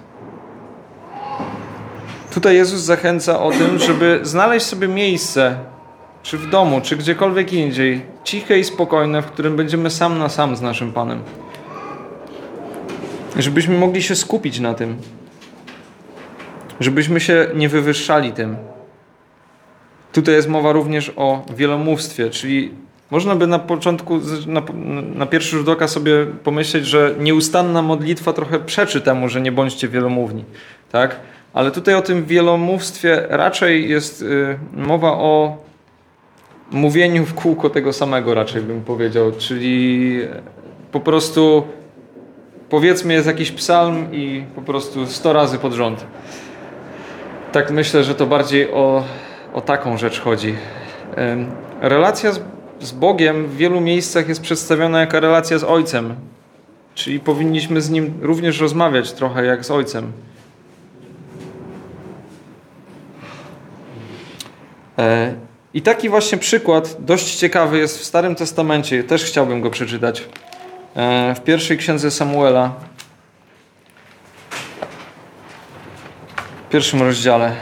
Tutaj Jezus zachęca o tym, żeby znaleźć sobie miejsce, czy w domu, czy gdziekolwiek indziej, ciche i spokojne, w którym będziemy sam na sam z naszym Panem. Żebyśmy mogli się skupić na tym. Żebyśmy się nie wywyższali tym. Tutaj jest mowa również o wielomówstwie, czyli można by na początku, na, na pierwszy rzut oka sobie pomyśleć, że nieustanna modlitwa trochę przeczy temu, że nie bądźcie wielomówni, tak? Ale tutaj o tym wielomówstwie raczej jest y, mowa o mówieniu w kółko tego samego, raczej bym powiedział, czyli po prostu powiedzmy jest jakiś psalm i po prostu sto razy pod rząd. Tak myślę, że to bardziej o, o taką rzecz chodzi. Y, relacja z Z Bogiem w wielu miejscach jest przedstawiona jako relacja z Ojcem. Czyli powinniśmy z Nim również rozmawiać trochę jak z Ojcem. I taki właśnie przykład dość ciekawy jest w Starym Testamencie. Też chciałbym go przeczytać. W pierwszej księdze Samuela. W pierwszym rozdziale.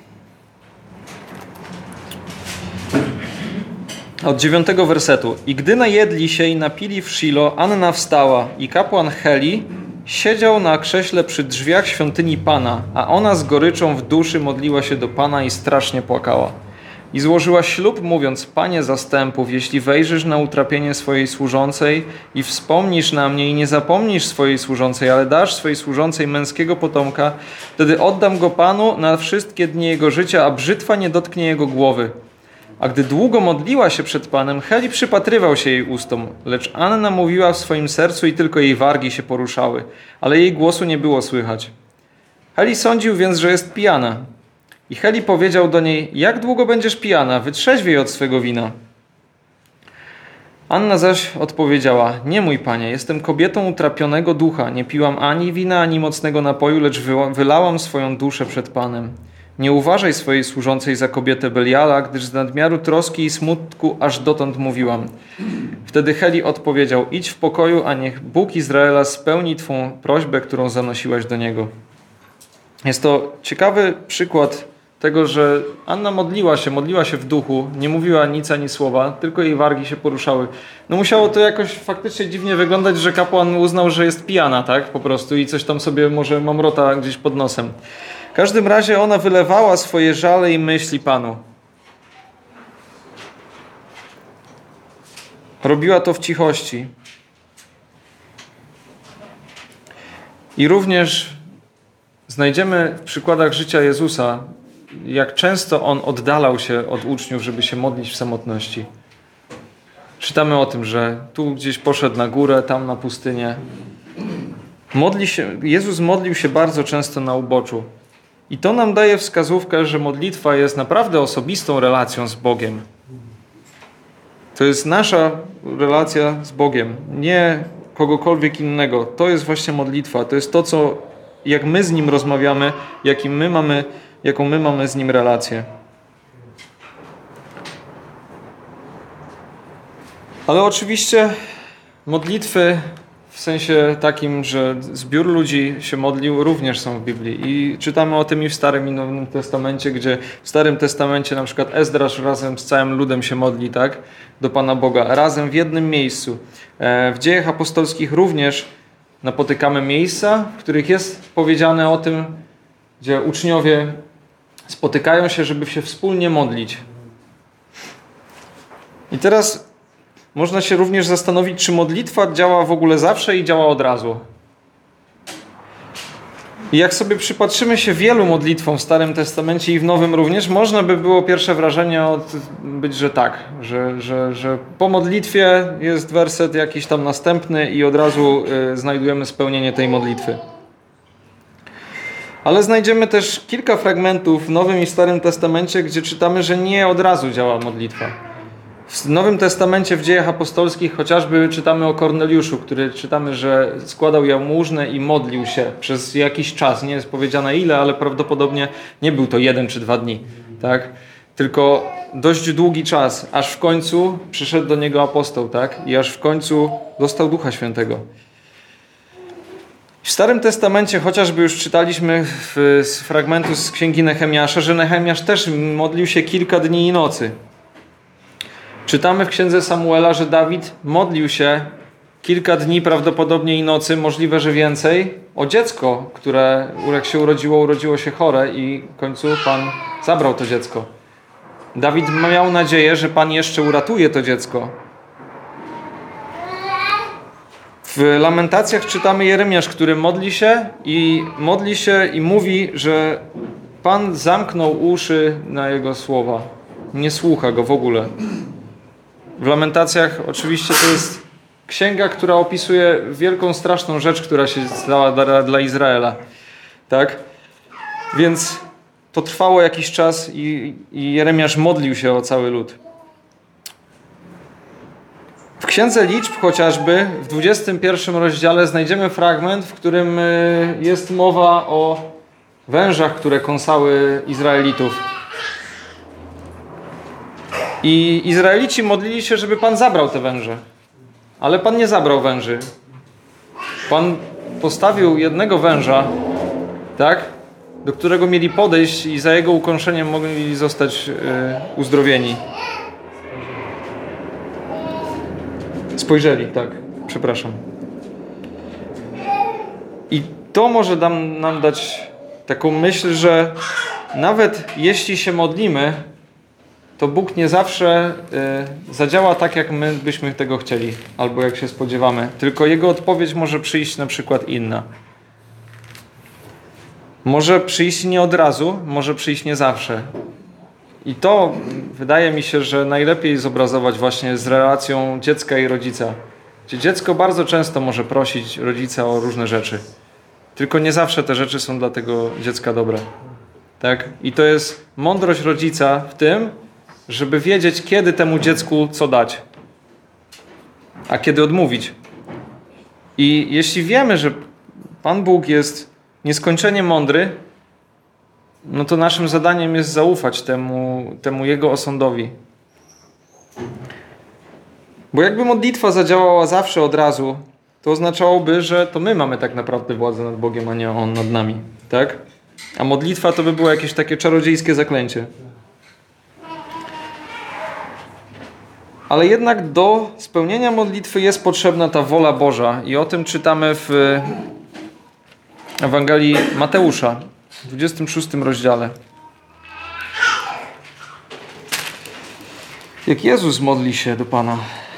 Od dziewiątego wersetu. I gdy najedli się i napili w Shilo, Anna wstała i kapłan Heli siedział na krześle przy drzwiach świątyni Pana, a ona z goryczą w duszy modliła się do Pana i strasznie płakała. I złożyła ślub, mówiąc, Panie zastępów, jeśli wejrzysz na utrapienie swojej służącej i wspomnisz na mnie i nie zapomnisz swojej służącej, ale dasz swojej służącej męskiego potomka, wtedy oddam go Panu na wszystkie dni jego życia, a brzytwa nie dotknie jego głowy. A gdy długo modliła się przed Panem, Heli przypatrywał się jej ustom, lecz Anna mówiła w swoim sercu i tylko jej wargi się poruszały, ale jej głosu nie było słychać. Heli sądził więc, że jest pijana. I Heli powiedział do niej, jak długo będziesz pijana? Wytrzeźwiej od swego wina. Anna zaś odpowiedziała: nie, mój panie, jestem kobietą utrapionego ducha, nie piłam ani wina, ani mocnego napoju, lecz wylałam swoją duszę przed Panem. Nie uważaj swojej służącej za kobietę Beliala, gdyż z nadmiaru troski i smutku aż dotąd mówiłam. Wtedy Heli odpowiedział: idź w pokoju, a niech Bóg Izraela spełni twą prośbę, którą zanosiłaś do Niego. Jest to ciekawy przykład tego, że Anna modliła się, modliła się w duchu, nie mówiła nic ani słowa, tylko jej wargi się poruszały. No musiało to jakoś faktycznie dziwnie wyglądać, że kapłan uznał, że jest pijana, tak, po prostu i coś tam sobie może mamrota gdzieś pod nosem. W każdym razie ona wylewała swoje żale i myśli Panu. Robiła to w cichości. I również znajdziemy w przykładach życia Jezusa, jak często On oddalał się od uczniów, żeby się modlić w samotności. Czytamy o tym, że tu gdzieś poszedł na górę, tam na pustynię. Modli się, Jezus modlił się bardzo często na uboczu. I to nam daje wskazówkę, że modlitwa jest naprawdę osobistą relacją z Bogiem. To jest nasza relacja z Bogiem, nie kogokolwiek innego. To jest właśnie modlitwa. To jest to, co, jak my z Nim rozmawiamy, jakim my mamy, jaką my mamy z Nim relację. Ale oczywiście modlitwy w sensie takim, że zbiór ludzi się modlił, również są w Biblii. I czytamy o tym i w Starym i Nowym Testamencie, gdzie w Starym Testamencie na przykład Ezdrasz razem z całym ludem się modli, tak, do Pana Boga, razem w jednym miejscu. W Dziejach Apostolskich również napotykamy miejsca, w których jest powiedziane o tym, gdzie uczniowie spotykają się, żeby się wspólnie modlić. I teraz można się również zastanowić, czy modlitwa działa w ogóle zawsze i działa od razu. I jak sobie przypatrzymy się wielu modlitwom w Starym Testamencie i w Nowym również, można by było pierwsze wrażenie być, że tak, że, że, że po modlitwie jest werset jakiś tam następny i od razu y, znajdujemy spełnienie tej modlitwy. Ale znajdziemy też kilka fragmentów w Nowym i Starym Testamencie, gdzie czytamy, że nie od razu działa modlitwa. W Nowym Testamencie, w Dziejach Apostolskich chociażby czytamy o Korneliuszu, który czytamy, że składał jałmużnę i modlił się przez jakiś czas. Nie jest powiedziane ile, ale prawdopodobnie nie był to jeden czy dwa dni. Tak? Tylko dość długi czas, aż w końcu przyszedł do niego apostoł, tak? I aż w końcu dostał Ducha Świętego. W Starym Testamencie chociażby już czytaliśmy w, z fragmentu z Księgi Nehemiasza, że Nehemiasz też modlił się kilka dni i nocy. Czytamy w Księdze Samuela, że Dawid modlił się kilka dni prawdopodobnie i nocy, możliwe, że więcej, o dziecko, które jak się urodziło, urodziło się chore i w końcu Pan zabrał to dziecko. Dawid miał nadzieję, że Pan jeszcze uratuje to dziecko. W Lamentacjach czytamy Jeremiasz, który modli się i modli się i mówi, że Pan zamknął uszy na jego słowa. Nie słucha go w ogóle. W Lamentacjach oczywiście to jest księga, która opisuje wielką, straszną rzecz, która się stała dla, dla Izraela. Tak? Więc to trwało jakiś czas i, i Jeremiasz modlił się o cały lud. W Księdze Liczb chociażby w dwudziestym pierwszym rozdziale znajdziemy fragment, w którym jest mowa o wężach, które kąsały Izraelitów. I Izraelici modlili się, żeby Pan zabrał te węże. Ale Pan nie zabrał węży. Pan postawił jednego węża, tak, do którego mieli podejść i za jego ukąszeniem mogli zostać yy, uzdrowieni. Spojrzeli, tak, przepraszam. I to może nam, nam dać taką myśl, że nawet jeśli się modlimy, to Bóg nie zawsze y, zadziała tak, jak my byśmy tego chcieli, albo jak się spodziewamy. Tylko Jego odpowiedź może przyjść na przykład inna. Może przyjść nie od razu, może przyjść nie zawsze. I to wydaje mi się, że najlepiej zobrazować właśnie z relacją dziecka i rodzica. Gdzie dziecko bardzo często może prosić rodzica o różne rzeczy. Tylko nie zawsze te rzeczy są dla tego dziecka dobre. Tak? I to jest mądrość rodzica w tym, żeby wiedzieć, kiedy temu dziecku co dać. a kiedy odmówić. I jeśli wiemy, że Pan Bóg jest nieskończenie mądry, no to naszym zadaniem jest zaufać temu, temu Jego osądowi. Bo jakby modlitwa zadziałała zawsze od razu, to oznaczałoby, że to my mamy tak naprawdę władzę nad Bogiem, a nie On nad nami. Tak? A modlitwa to by było jakieś takie czarodziejskie zaklęcie. Ale jednak do spełnienia modlitwy jest potrzebna ta wola Boża. I o tym czytamy w Ewangelii Mateusza, w dwudziestym szóstym rozdziale. Jak Jezus modli się do Pana.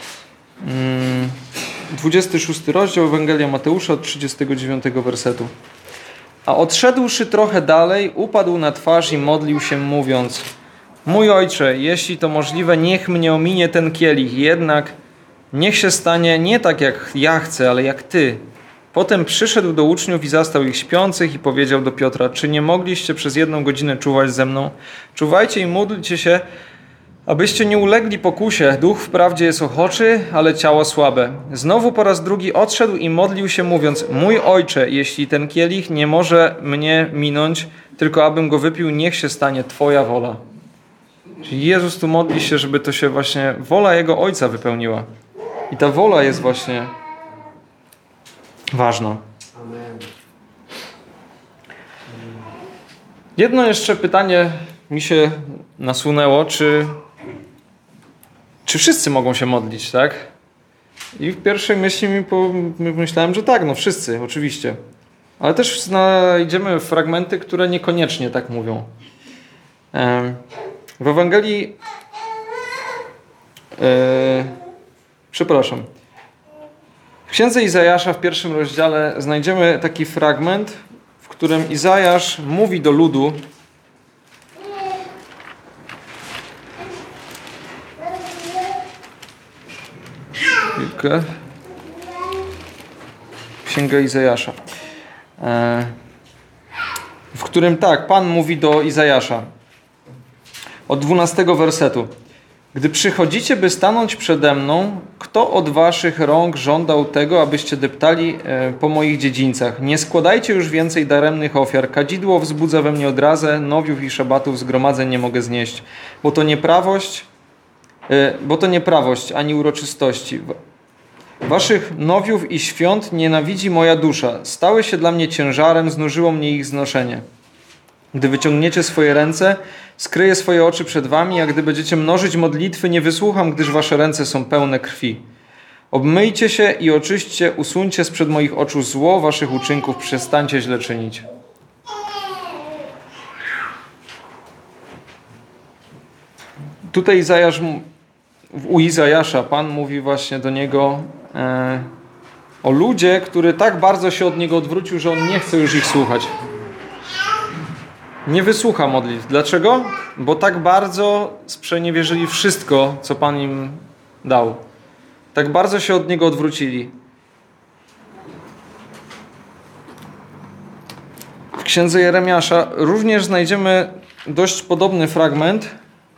dwudziesty szósty rozdział Ewangelia Mateusza od trzydziestego dziewiątego wersetu. A odszedłszy trochę dalej, upadł na twarz i modlił się, mówiąc: Mój Ojcze, jeśli to możliwe, niech mnie ominie ten kielich, jednak niech się stanie nie tak jak ja chcę, ale jak Ty. Potem przyszedł do uczniów i zastał ich śpiących i powiedział do Piotra: Czy nie mogliście przez jedną godzinę czuwać ze mną? Czuwajcie i módlcie się, abyście nie ulegli pokusie. Duch wprawdzie jest ochoczy, ale ciało słabe. Znowu po raz drugi odszedł i modlił się, mówiąc: Mój Ojcze, jeśli ten kielich nie może mnie minąć, tylko abym go wypił, niech się stanie Twoja wola. Czyli Jezus tu modli się, żeby to się właśnie wola Jego Ojca wypełniła. I ta wola jest właśnie ważna. Jedno jeszcze pytanie mi się nasunęło, czy, czy wszyscy mogą się modlić, tak? I w pierwszej myśli mi myślałem, że tak, no wszyscy, oczywiście. Ale też znajdziemy fragmenty, które niekoniecznie tak mówią. W Ewangelii e, przepraszam. W księdze Izajasza w pierwszym rozdziale znajdziemy taki fragment, w którym Izajasz mówi do ludu: Chwilkę. Księga Izajasza. E, w którym tak, Pan mówi do Izajasza od dwunastego wersetu. Gdy przychodzicie, by stanąć przede mną, kto od waszych rąk żądał tego, abyście deptali e, po moich dziedzińcach? Nie składajcie już więcej daremnych ofiar. Kadzidło wzbudza we mnie odrazę, nowiów i szabatów zgromadzeń nie mogę znieść. Bo to nieprawość, e, bo to nieprawość, ani uroczystości. Waszych nowiów i świąt nienawidzi moja dusza. Stały się dla mnie ciężarem, znużyło mnie ich znoszenie. Gdy wyciągniecie swoje ręce, skryję swoje oczy przed wami, a gdy będziecie mnożyć modlitwy, nie wysłucham, gdyż wasze ręce są pełne krwi. Obmyjcie się i oczyśćcie, usuńcie sprzed moich oczu zło waszych uczynków, przestańcie źle czynić. Tutaj Izajasz, u Izajasza Pan mówi właśnie do niego e, o ludzie, który tak bardzo się od niego odwrócił, że on nie chce już ich słuchać. Nie wysłucha modlitw. Dlaczego? Bo tak bardzo sprzeniewierzyli wszystko, co Pan im dał. Tak bardzo się od Niego odwrócili. W księdze Jeremiasza również znajdziemy dość podobny fragment.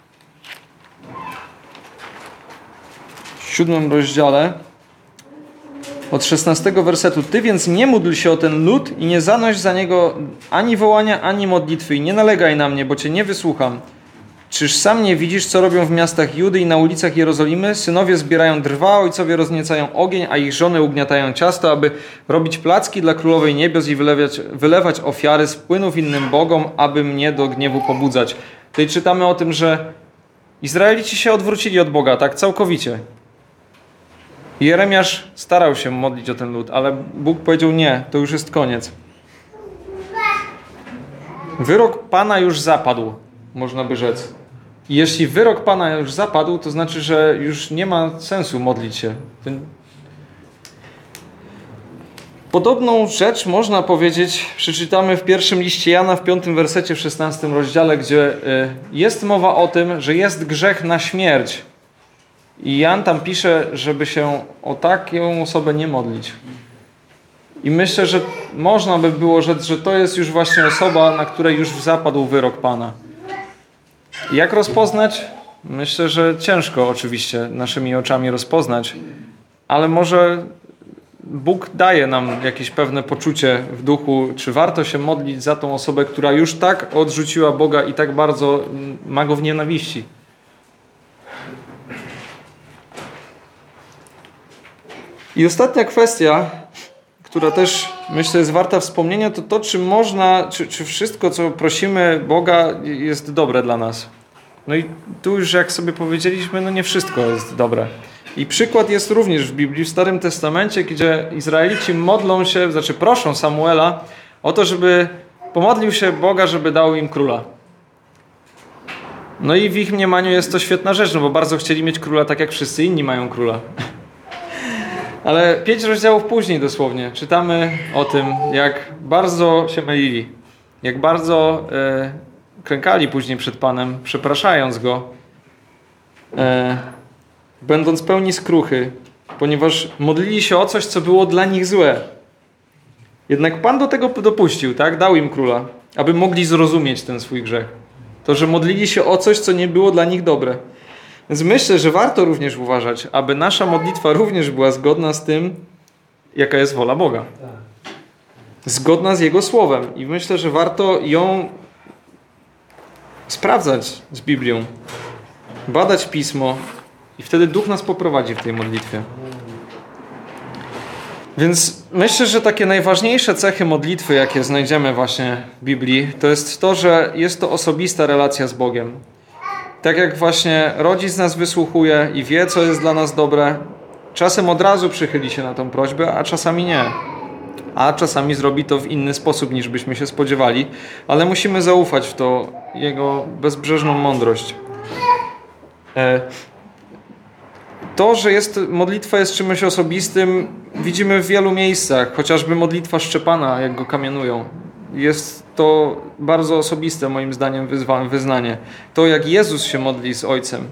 W siódmym rozdziale od szesnastego wersetu. Ty więc nie módl się o ten lud i nie zanoś za niego ani wołania, ani modlitwy i nie nalegaj na mnie, bo cię nie wysłucham. Czyż sam nie widzisz, co robią w miastach Judy i na ulicach Jerozolimy? Synowie zbierają drwa, ojcowie rozniecają ogień, a ich żony ugniatają ciasto, aby robić placki dla królowej niebios i wylewać, wylewać ofiary z płynów innym bogom, aby mnie do gniewu pobudzać. Tutaj czytamy o tym, że Izraelici się odwrócili od Boga, tak całkowicie. Jeremiasz starał się modlić o ten lud, ale Bóg powiedział: nie, to już jest koniec. Wyrok Pana już zapadł, można by rzec. I jeśli wyrok Pana już zapadł, to znaczy, że już nie ma sensu modlić się. Podobną rzecz można powiedzieć, przeczytamy w pierwszym liście Jana w piątym wersecie w szesnastym rozdziale, gdzie jest mowa o tym, że jest grzech na śmierć. I Jan tam pisze, żeby się o taką osobę nie modlić. I myślę, że można by było rzec, że to jest już właśnie osoba, na której już zapadł wyrok Pana. Jak rozpoznać? Myślę, że ciężko oczywiście naszymi oczami rozpoznać, ale może Bóg daje nam jakieś pewne poczucie w duchu, czy warto się modlić za tą osobę, która już tak odrzuciła Boga i tak bardzo ma Go w nienawiści. I ostatnia kwestia, która też myślę jest warta wspomnienia, to to, czy można, czy, czy wszystko, co prosimy Boga, jest dobre dla nas. No i tu już jak sobie powiedzieliśmy, no nie wszystko jest dobre. I przykład jest również w Biblii, w Starym Testamencie, gdzie Izraelici modlą się, znaczy proszą Samuela o to, żeby pomodlił się Boga, żeby dał im króla. No i w ich mniemaniu jest to świetna rzecz, no bo bardzo chcieli mieć króla tak jak wszyscy inni mają króla. Ale pięć rozdziałów później dosłownie czytamy o tym, jak bardzo się mylili, jak bardzo e, klękali później przed Panem, przepraszając Go, e, będąc pełni skruchy, ponieważ modlili się o coś, co było dla nich złe. Jednak Pan do tego dopuścił, tak? Dał im króla, aby mogli zrozumieć ten swój grzech. To, że modlili się o coś, co nie było dla nich dobre. Więc myślę, że warto również uważać, aby nasza modlitwa również była zgodna z tym, jaka jest wola Boga. Zgodna z Jego Słowem. I myślę, że warto ją sprawdzać z Biblią. Badać Pismo i wtedy Duch nas poprowadzi w tej modlitwie. Więc myślę, że takie najważniejsze cechy modlitwy, jakie znajdziemy właśnie w Biblii, to jest to, że jest to osobista relacja z Bogiem. Tak jak właśnie rodzic nas wysłuchuje i wie, co jest dla nas dobre, czasem od razu przychyli się na tą prośbę, a czasami nie. A czasami zrobi to w inny sposób, niż byśmy się spodziewali, ale musimy zaufać w to Jego bezbrzeżną mądrość. To, że jest, modlitwa jest czymś osobistym, widzimy w wielu miejscach, chociażby modlitwa Szczepana, jak go kamienują. Jest to bardzo osobiste, moim zdaniem, wyznanie. To, jak Jezus się modli z Ojcem.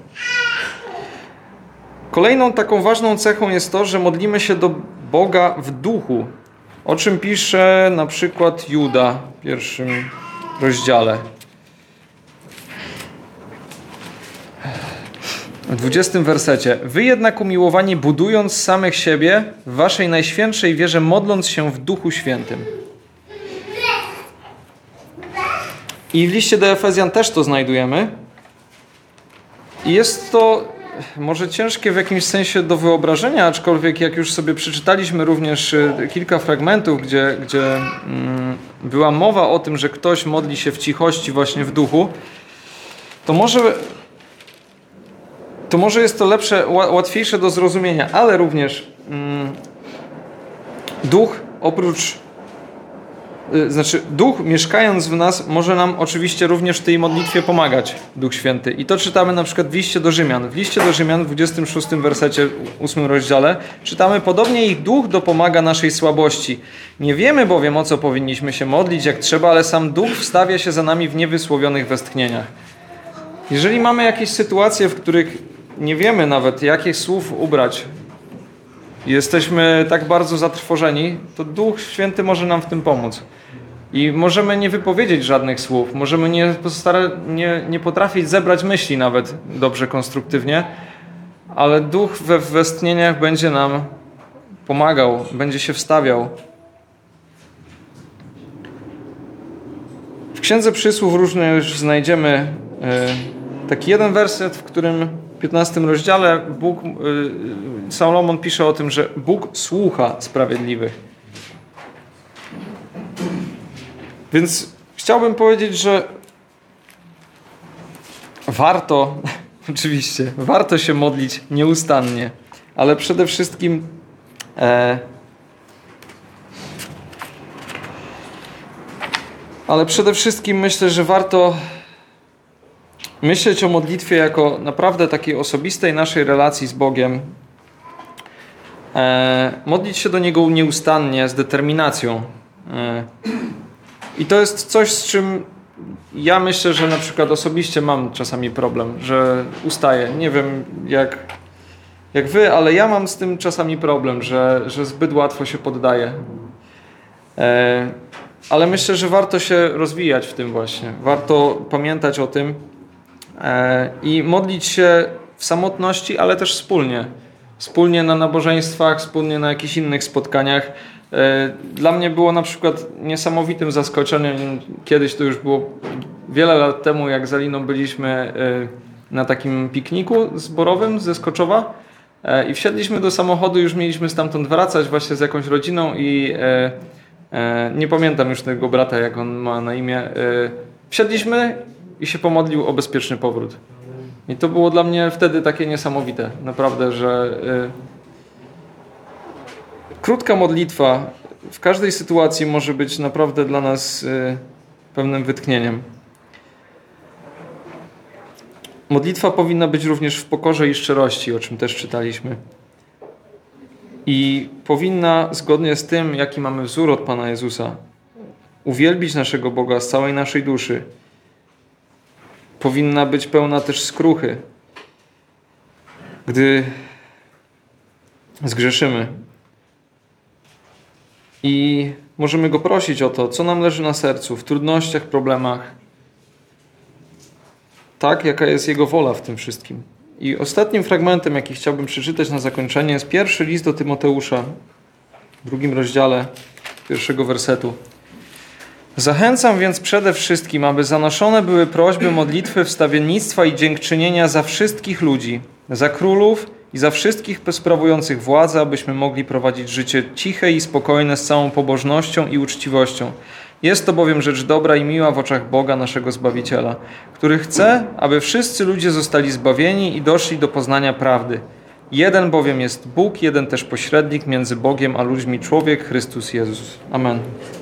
Kolejną taką ważną cechą jest to, że modlimy się do Boga w duchu, o czym pisze na przykład Juda w pierwszym rozdziale. W dwudziestym wersecie. Wy jednak umiłowani, budując samych siebie w waszej najświętszej wierze, modląc się w Duchu Świętym. I w liście do Efezjan też to znajdujemy. I jest to może ciężkie w jakimś sensie do wyobrażenia, aczkolwiek jak już sobie przeczytaliśmy również kilka fragmentów, gdzie, gdzie mm, była mowa o tym, że ktoś modli się w cichości właśnie w duchu, to może, to może jest to lepsze, łatwiejsze do zrozumienia, ale również mm, duch oprócz Znaczy, Duch mieszkając w nas może nam oczywiście również w tej modlitwie pomagać, Duch Święty. I to czytamy na przykład w liście do Rzymian. W liście do Rzymian w dwudziestym szóstym wersecie, ósmym rozdziale czytamy: podobnie ich Duch dopomaga naszej słabości. Nie wiemy bowiem, o co powinniśmy się modlić jak trzeba, ale sam Duch wstawia się za nami w niewysłowionych westchnieniach. Jeżeli mamy jakieś sytuacje, w których nie wiemy nawet, jakich słów ubrać, jesteśmy tak bardzo zatrwożeni, to Duch Święty może nam w tym pomóc. I możemy nie wypowiedzieć żadnych słów, możemy nie, postara- nie, nie potrafić zebrać myśli nawet dobrze, konstruktywnie, ale Duch we westchnieniach będzie nam pomagał, będzie się wstawiał. W Księdze Przysłów również znajdziemy y, taki jeden werset, w którym w piętnastym rozdziale Bóg, y, Salomon pisze o tym, że Bóg słucha sprawiedliwych. Więc chciałbym powiedzieć, że warto, oczywiście, warto się modlić nieustannie, ale przede wszystkim e, ale przede wszystkim myślę, że warto myśleć o modlitwie jako naprawdę takiej osobistej naszej relacji z Bogiem. E, modlić się do Niego nieustannie, z determinacją. E, I to jest coś, z czym ja myślę, że na przykład osobiście mam czasami problem, że ustaję. Nie wiem jak, jak wy, ale ja mam z tym czasami problem, że, że zbyt łatwo się poddaję. E, ale myślę, że warto się rozwijać w tym właśnie. Warto pamiętać o tym e, i modlić się w samotności, ale też wspólnie wspólnie na nabożeństwach, wspólnie na jakichś innych spotkaniach. Dla mnie było na przykład niesamowitym zaskoczeniem, kiedyś to już było wiele lat temu, jak z Aliną byliśmy na takim pikniku zborowym ze Skoczowa i wsiedliśmy do samochodu, już mieliśmy stamtąd wracać właśnie z jakąś rodziną i nie pamiętam już tego brata, jak on ma na imię. Wsiedliśmy i się pomodlił o bezpieczny powrót. I to było dla mnie wtedy takie niesamowite, naprawdę, że krótka modlitwa w każdej sytuacji może być naprawdę dla nas pewnym wytchnieniem. Modlitwa powinna być również w pokorze i szczerości, o czym też czytaliśmy. I powinna, zgodnie z tym, jaki mamy wzór od Pana Jezusa, uwielbić naszego Boga z całej naszej duszy. Powinna być pełna też skruchy, gdy zgrzeszymy. I możemy Go prosić o to, co nam leży na sercu, w trudnościach, problemach. Tak, jaka jest Jego wola w tym wszystkim. I ostatnim fragmentem, jaki chciałbym przeczytać na zakończenie, jest pierwszy list do Tymoteusza, w drugim rozdziale pierwszego wersetu. Zachęcam więc przede wszystkim, aby zanoszone były prośby, modlitwy, wstawiennictwa i dziękczynienia za wszystkich ludzi, za królów i za wszystkich sprawujących władzę, abyśmy mogli prowadzić życie ciche i spokojne z całą pobożnością i uczciwością. Jest to bowiem rzecz dobra i miła w oczach Boga, naszego Zbawiciela, który chce, aby wszyscy ludzie zostali zbawieni i doszli do poznania prawdy. Jeden bowiem jest Bóg, jeden też pośrednik między Bogiem a ludźmi, człowiek Chrystus Jezus. Amen.